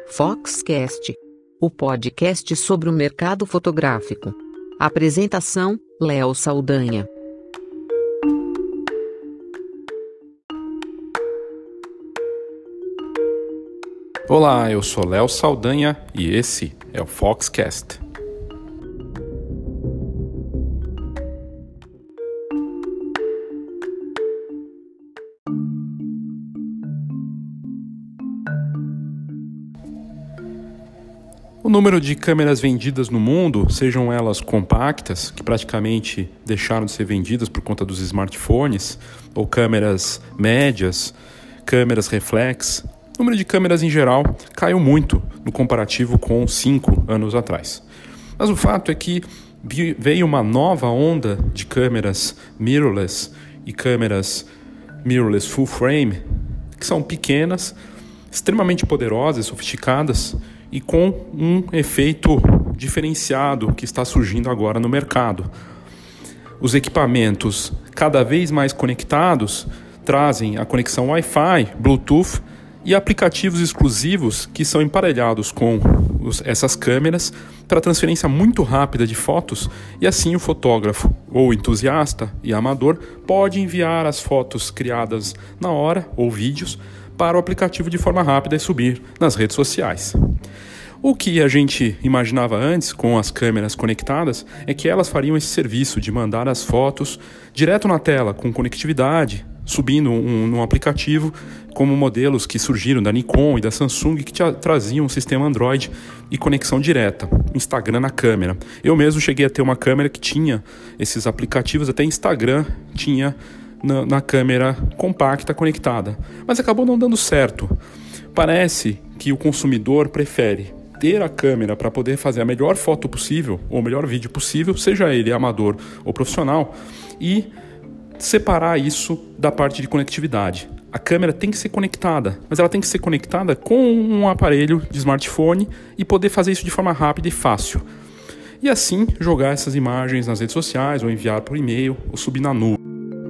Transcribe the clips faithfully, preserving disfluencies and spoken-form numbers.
Foxcast, o podcast sobre o mercado fotográfico. Apresentação: Léo Saldanha. Olá, eu sou Léo Saldanha e esse é o Foxcast. O número de câmeras vendidas no mundo, sejam elas compactas, que praticamente deixaram de ser vendidas por conta dos smartphones, ou câmeras médias, câmeras reflex, o número de câmeras em geral caiu muito no comparativo com cinco anos atrás. Mas o fato é que veio uma nova onda de câmeras mirrorless e câmeras mirrorless full frame, que são pequenas, extremamente poderosas, sofisticadas, e com um efeito diferenciado que está surgindo agora no mercado. Os equipamentos cada vez mais conectados trazem a conexão Wi-Fi, Bluetooth e aplicativos exclusivos que são emparelhados com os, essas câmeras para transferência muito rápida de fotos, e assim o fotógrafo ou entusiasta e amador pode enviar as fotos criadas na hora ou vídeos para o aplicativo de forma rápida e subir nas redes sociais. O que a gente imaginava antes com as câmeras conectadas é que elas fariam esse serviço de mandar as fotos direto na tela, com conectividade, subindo um, um aplicativo, como modelos que surgiram da Nikon e da Samsung, que tra- traziam um sistema Android e conexão direta, Instagram na câmera. Eu mesmo cheguei a ter uma câmera que tinha esses aplicativos, até Instagram tinha na, na câmera compacta conectada, mas acabou não dando certo. Parece que o consumidor prefere ter a câmera para poder fazer a melhor foto possível, ou o melhor vídeo possível, seja ele amador ou profissional, e separar isso da parte de conectividade. A câmera tem que ser conectada, mas ela tem que ser conectada com um aparelho de smartphone e poder fazer isso de forma rápida e fácil. E assim jogar essas imagens nas redes sociais, ou enviar por e-mail, ou subir na nuvem.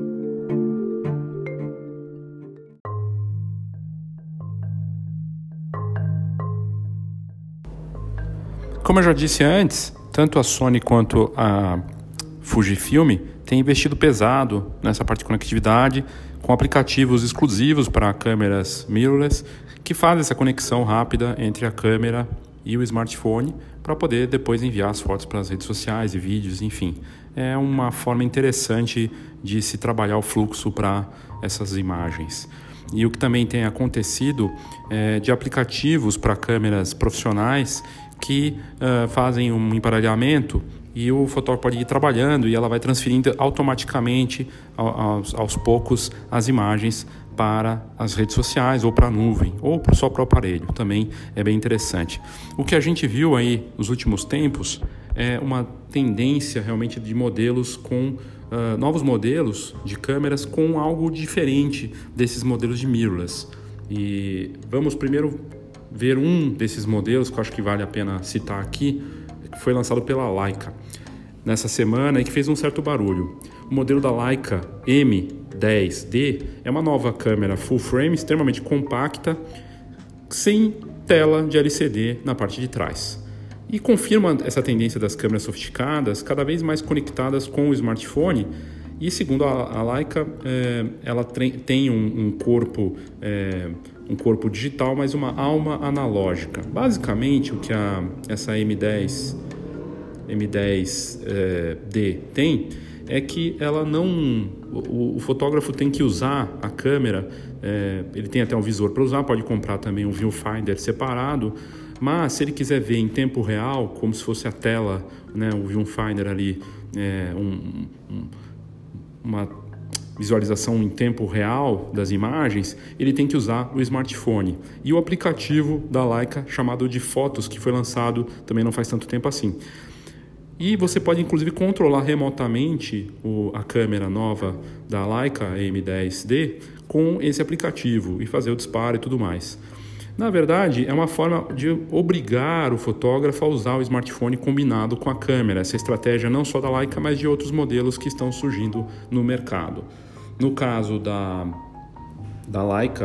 Como eu já disse antes, tanto a Sony quanto a Fujifilm têm investido pesado nessa parte de conectividade, com aplicativos exclusivos para câmeras mirrorless, que fazem essa conexão rápida entre a câmera e o smartphone, para poder depois enviar as fotos para as redes sociais e vídeos, enfim. É uma forma interessante de se trabalhar o fluxo para essas imagens. E o que também tem acontecido é de aplicativos para câmeras profissionais que uh, fazem um emparelhamento, e o fotógrafo pode ir trabalhando e ela vai transferindo automaticamente aos, aos poucos as imagens para as redes sociais ou para a nuvem ou só para o aparelho. Também é bem interessante. O que a gente viu aí nos últimos tempos é uma tendência realmente de modelos com uh, novos modelos de câmeras com algo diferente desses modelos de mirrorless. E vamos primeiro ver um desses modelos que eu acho que vale a pena citar aqui, que foi lançado pela Leica nessa semana e que fez um certo barulho. O modelo da Leica M dez D é uma nova câmera full frame, extremamente compacta, sem tela de L C D na parte de trás. E confirma essa tendência das câmeras sofisticadas, cada vez mais conectadas com o smartphone. E segundo a, a Leica, é, ela tre- tem um, um corpo é, um corpo digital, mas uma alma analógica. Basicamente, o que a, essa M dez D tem é que ela não, o, o fotógrafo tem que usar a câmera, é, ele tem até um visor para usar, pode comprar também um viewfinder separado, mas se ele quiser ver em tempo real, como se fosse a tela, né, o viewfinder ali, é, um, um, uma visualização em tempo real das imagens, ele tem que usar o smartphone. E o aplicativo da Leica, chamado de Fotos, que foi lançado também não faz tanto tempo assim. E você pode inclusive controlar remotamente o, a câmera nova da Leica M dez D com esse aplicativo e fazer o disparo e tudo mais. Na verdade, é uma forma de obrigar o fotógrafo a usar o smartphone combinado com a câmera. Essa estratégia não só da Leica, mas de outros modelos que estão surgindo no mercado. No caso da, da Leica,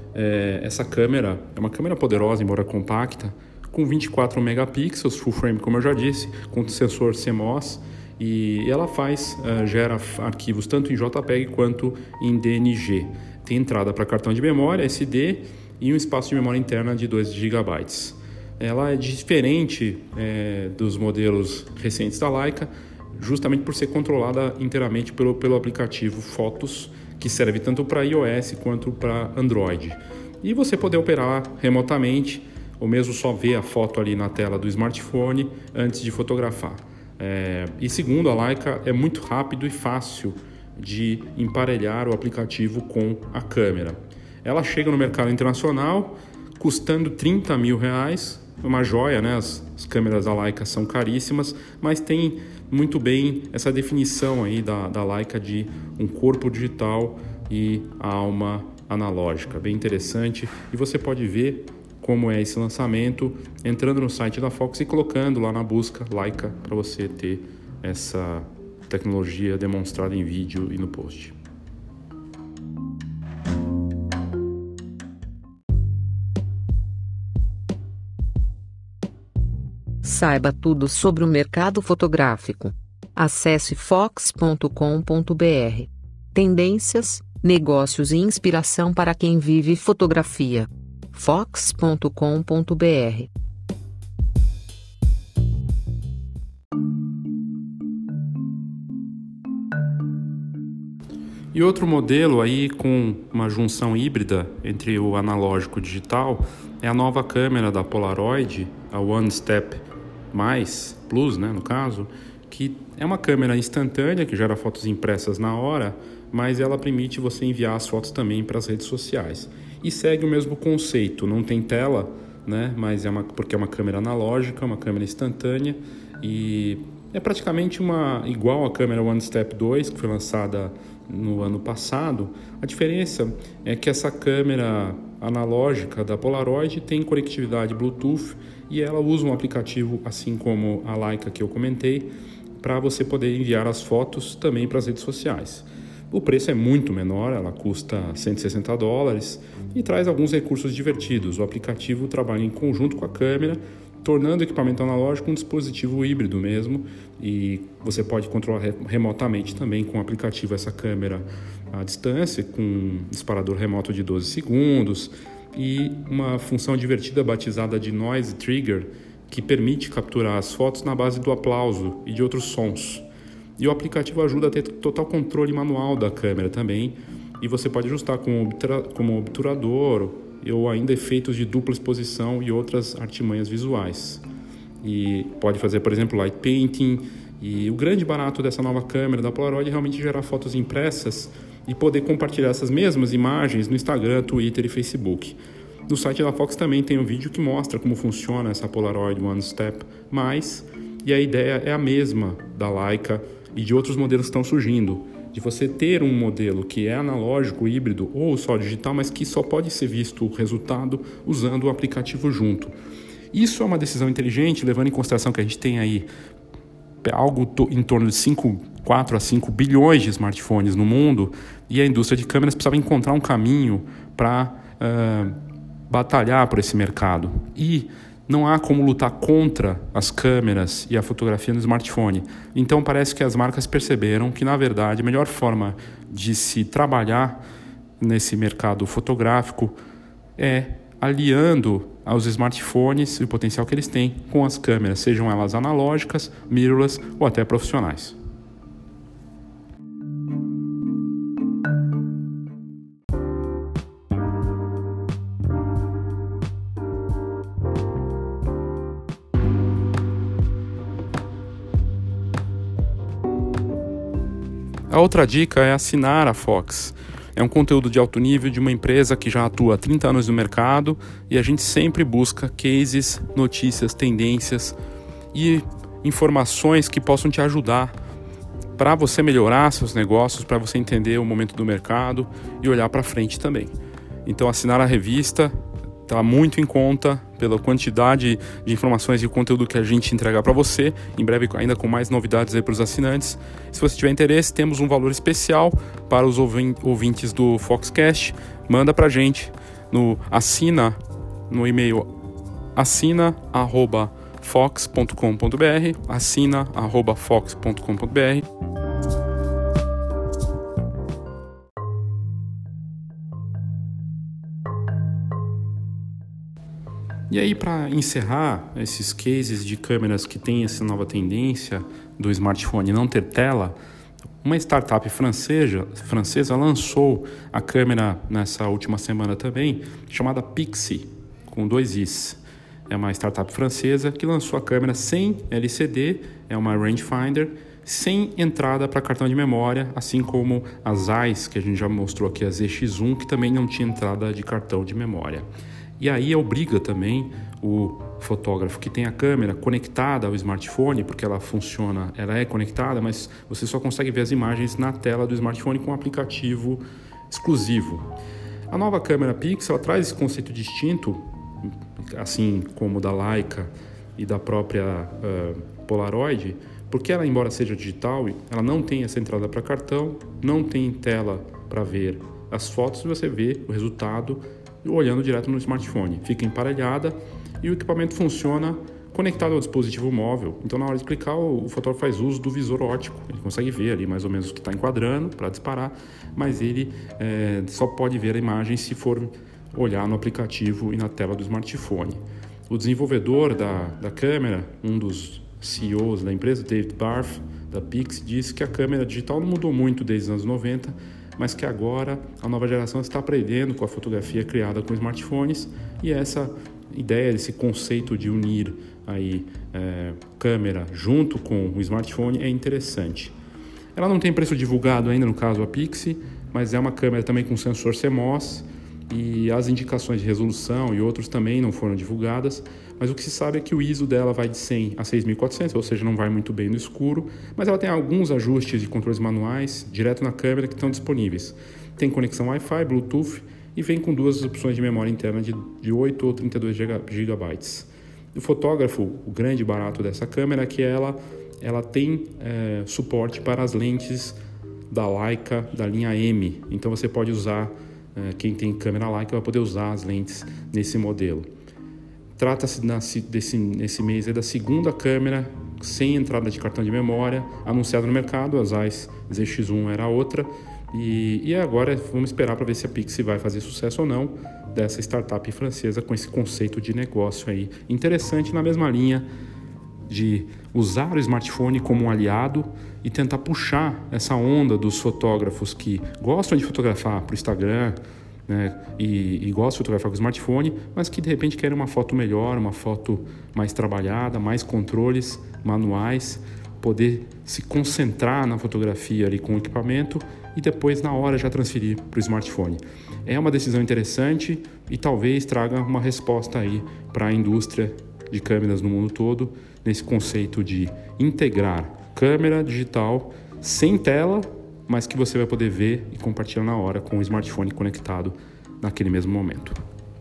É, essa câmera é uma câmera poderosa, embora compacta, com vinte e quatro megapixels, full frame, como eu já disse, com sensor C M O S, e ela faz, uh, gera arquivos tanto em JPEG quanto em D N G. Tem entrada para cartão de memória, S D, e um espaço de memória interna de dois gigabytes. Ela é diferente é, dos modelos recentes da Leica, justamente por ser controlada inteiramente pelo, pelo aplicativo Fotos, que serve tanto para iOS quanto para Android. E você poder operar remotamente, ou mesmo só ver a foto ali na tela do smartphone antes de fotografar. É, e segundo a Leica, é muito rápido e fácil de emparelhar o aplicativo com a câmera. Ela chega no mercado internacional custando trinta mil reais, uma joia, né? As, as câmeras da Leica são caríssimas, mas tem muito bem essa definição aí da, da Leica de um corpo digital e a alma analógica, bem interessante. E você pode ver como é esse lançamento entrando no site da Fox e colocando lá na busca Leica para você ter essa tecnologia demonstrada em vídeo e no post. Saiba tudo sobre o mercado fotográfico. Acesse fox ponto com ponto br. Tendências, negócios e inspiração para quem vive fotografia. fox ponto com ponto br. E outro modelo aí com uma junção híbrida entre o analógico e o digital é a nova câmera da Polaroid, a One Step Mais Plus, né, no caso, que é uma câmera instantânea que gera fotos impressas na hora, mas ela permite você enviar as fotos também para as redes sociais. E segue o mesmo conceito, não tem tela, né, mas é uma, porque é uma câmera analógica, uma câmera instantânea, e é praticamente uma, igual à câmera One Step dois, que foi lançada no ano passado. A diferença é que essa câmera analógica da Polaroid tem conectividade Bluetooth e ela usa um aplicativo, assim como a Leica que eu comentei, para você poder enviar as fotos também para as redes sociais. O preço é muito menor, ela custa cento e sessenta dólares e traz alguns recursos divertidos. O aplicativo trabalha em conjunto com a câmera, tornando o equipamento analógico um dispositivo híbrido mesmo, e você pode controlar remotamente também com o aplicativo essa câmera à distância, com um disparador remoto de doze segundos e uma função divertida batizada de Noise Trigger, que permite capturar as fotos na base do aplauso e de outros sons. E o aplicativo ajuda a ter total controle manual da câmera também, e você pode ajustar como, como obturador ou ainda efeitos de dupla exposição e outras artimanhas visuais. E pode fazer, por exemplo, light painting. E o grande barato dessa nova câmera da Polaroid é realmente gerar fotos impressas e poder compartilhar essas mesmas imagens no Instagram, Twitter e Facebook. No site da Fox também tem um vídeo que mostra como funciona essa Polaroid One Step Mais, e a ideia é a mesma da Leica e de outros modelos que estão surgindo, de você ter um modelo que é analógico, híbrido ou só digital, mas que só pode ser visto o resultado usando o aplicativo junto. Isso é uma decisão inteligente, levando em consideração que a gente tem aí algo em torno de cinco, quatro a cinco bilhões de smartphones no mundo, e a indústria de câmeras precisava encontrar um caminho para uh, batalhar por esse mercado. E não há como lutar contra as câmeras e a fotografia no smartphone. Então parece que as marcas perceberam que, na verdade, a melhor forma de se trabalhar nesse mercado fotográfico é aliando aos smartphones e o potencial que eles têm com as câmeras, sejam elas analógicas, mirrorless ou até profissionais. A outra dica é assinar a Fox. É um conteúdo de alto nível de uma empresa que já atua há trinta anos no mercado, e a gente sempre busca cases, notícias, tendências e informações que possam te ajudar para você melhorar seus negócios, para você entender o momento do mercado e olhar para frente também. Então, assinar a revista está muito em conta pela quantidade de informações e conteúdo que a gente entregar para você. Em breve, ainda com mais novidades aí para os assinantes. Se você tiver interesse, temos um valor especial para os ouvintes do Foxcast. Manda para a gente no assina no e-mail assina arroba fox ponto com ponto br, assina arroba fox ponto com ponto br. E aí, para encerrar esses cases de câmeras que têm essa nova tendência do smartphone não ter tela, uma startup francesa, francesa lançou a câmera nessa última semana também, chamada Pixie, com dois Is. É uma startup francesa que lançou a câmera sem L C D, é uma rangefinder, sem entrada para cartão de memória, assim como as Zeiss, que a gente já mostrou aqui, a Z X um, que também não tinha entrada de cartão de memória. E aí obriga também o fotógrafo que tem a câmera conectada ao smartphone, porque ela funciona, ela é conectada, mas você só consegue ver as imagens na tela do smartphone com um aplicativo exclusivo. A nova câmera Pixel traz esse conceito distinto, assim como da Leica e da própria uh, Polaroid, porque ela, embora seja digital, ela não tem essa entrada para cartão, não tem tela para ver as fotos, e você vê o resultado olhando direto no smartphone. Fica emparelhada e o equipamento funciona conectado ao dispositivo móvel. Então, na hora de clicar, o fotógrafo faz uso do visor óptico. Ele consegue ver ali mais ou menos o que está enquadrando para disparar, mas ele é, só pode ver a imagem se for olhar no aplicativo e na tela do smartphone. O desenvolvedor da, da câmera, um dos C E Os da empresa, David Barth, da Pixie, disse que a câmera digital não mudou muito desde os anos noventa, mas que agora a nova geração está aprendendo com a fotografia criada com smartphones, e essa ideia, esse conceito de unir aí, é, câmera junto com o smartphone é interessante. Ela não tem preço divulgado ainda, no caso a Pixie, mas é uma câmera também com sensor C M O S, e as indicações de resolução e outros também não foram divulgadas, mas o que se sabe é que o I S O dela vai de cem a seis mil e quatrocentos, ou seja, não vai muito bem no escuro, mas ela tem alguns ajustes de controles manuais direto na câmera que estão disponíveis. Tem conexão Wi-Fi, Bluetooth e vem com duas opções de memória interna de, de oito ou trinta e dois gigabytes. O fotógrafo, o grande barato dessa câmera é que ela, ela tem é, suporte para as lentes da Leica da linha M, então você pode usar, quem tem câmera Leica vai poder usar as lentes nesse modelo. Trata-se desse, nesse mês é da segunda câmera sem entrada de cartão de memória anunciada no mercado. A Zeiss Z X um era outra, e, e agora vamos esperar para ver se a Pixie vai fazer sucesso ou não dessa startup francesa com esse conceito de negócio aí interessante, na mesma linha de usar o smartphone como um aliado e tentar puxar essa onda dos fotógrafos que gostam de fotografar para o Instagram, né, e, e gostam de fotografar com o smartphone, mas que de repente querem uma foto melhor, uma foto mais trabalhada, mais controles manuais, poder se concentrar na fotografia ali com o equipamento e depois na hora já transferir para o smartphone. É uma decisão interessante e talvez traga uma resposta aí para a indústria de câmeras no mundo todo, nesse conceito de integrar câmera digital sem tela, mas que você vai poder ver e compartilhar na hora com o smartphone conectado naquele mesmo momento.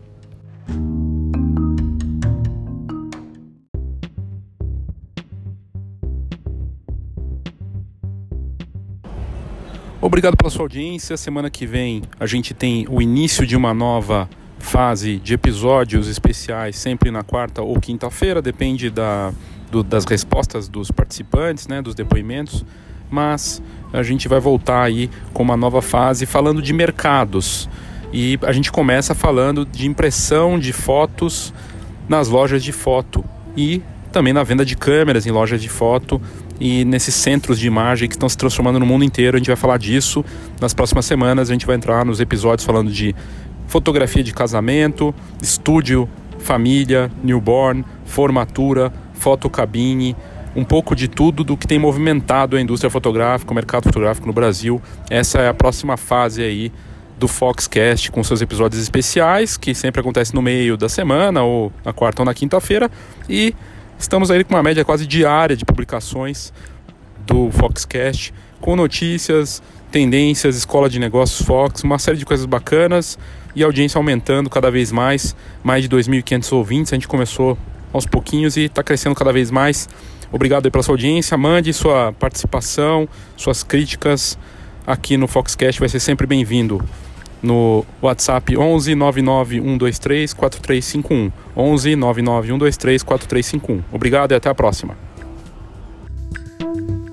Obrigado pela sua audiência. Semana que vem a gente tem o início de uma nova fase de episódios especiais, sempre na quarta ou quinta-feira, depende da, do, das respostas dos participantes, né, dos depoimentos, mas a gente vai voltar aí com uma nova fase falando de mercados, e a gente começa falando de impressão de fotos nas lojas de foto e também na venda de câmeras em lojas de foto e nesses centros de imagem que estão se transformando no mundo inteiro. A gente vai falar disso nas próximas semanas. A gente vai entrar nos episódios falando de fotografia de casamento, estúdio, família, newborn, formatura, fotocabine, um pouco de tudo do que tem movimentado a indústria fotográfica, o mercado fotográfico no Brasil. Essa é a próxima fase aí do Foxcast, com seus episódios especiais, que sempre acontece no meio da semana, ou na quarta ou na quinta-feira, e estamos aí com uma média quase diária de publicações do Foxcast, com notícias, tendências, escola de negócios Fox, uma série de coisas bacanas, e a audiência aumentando cada vez mais, mais de dois mil e quinhentos ouvintes. A gente começou aos pouquinhos e está crescendo cada vez mais. Obrigado aí pela sua audiência, mande sua participação, suas críticas aqui no Foxcast, vai ser sempre bem-vindo. no WhatsApp onze nove nove um dois três quatro três cinco um. onze nove nove um dois três quatro três cinco um. Obrigado e até a próxima.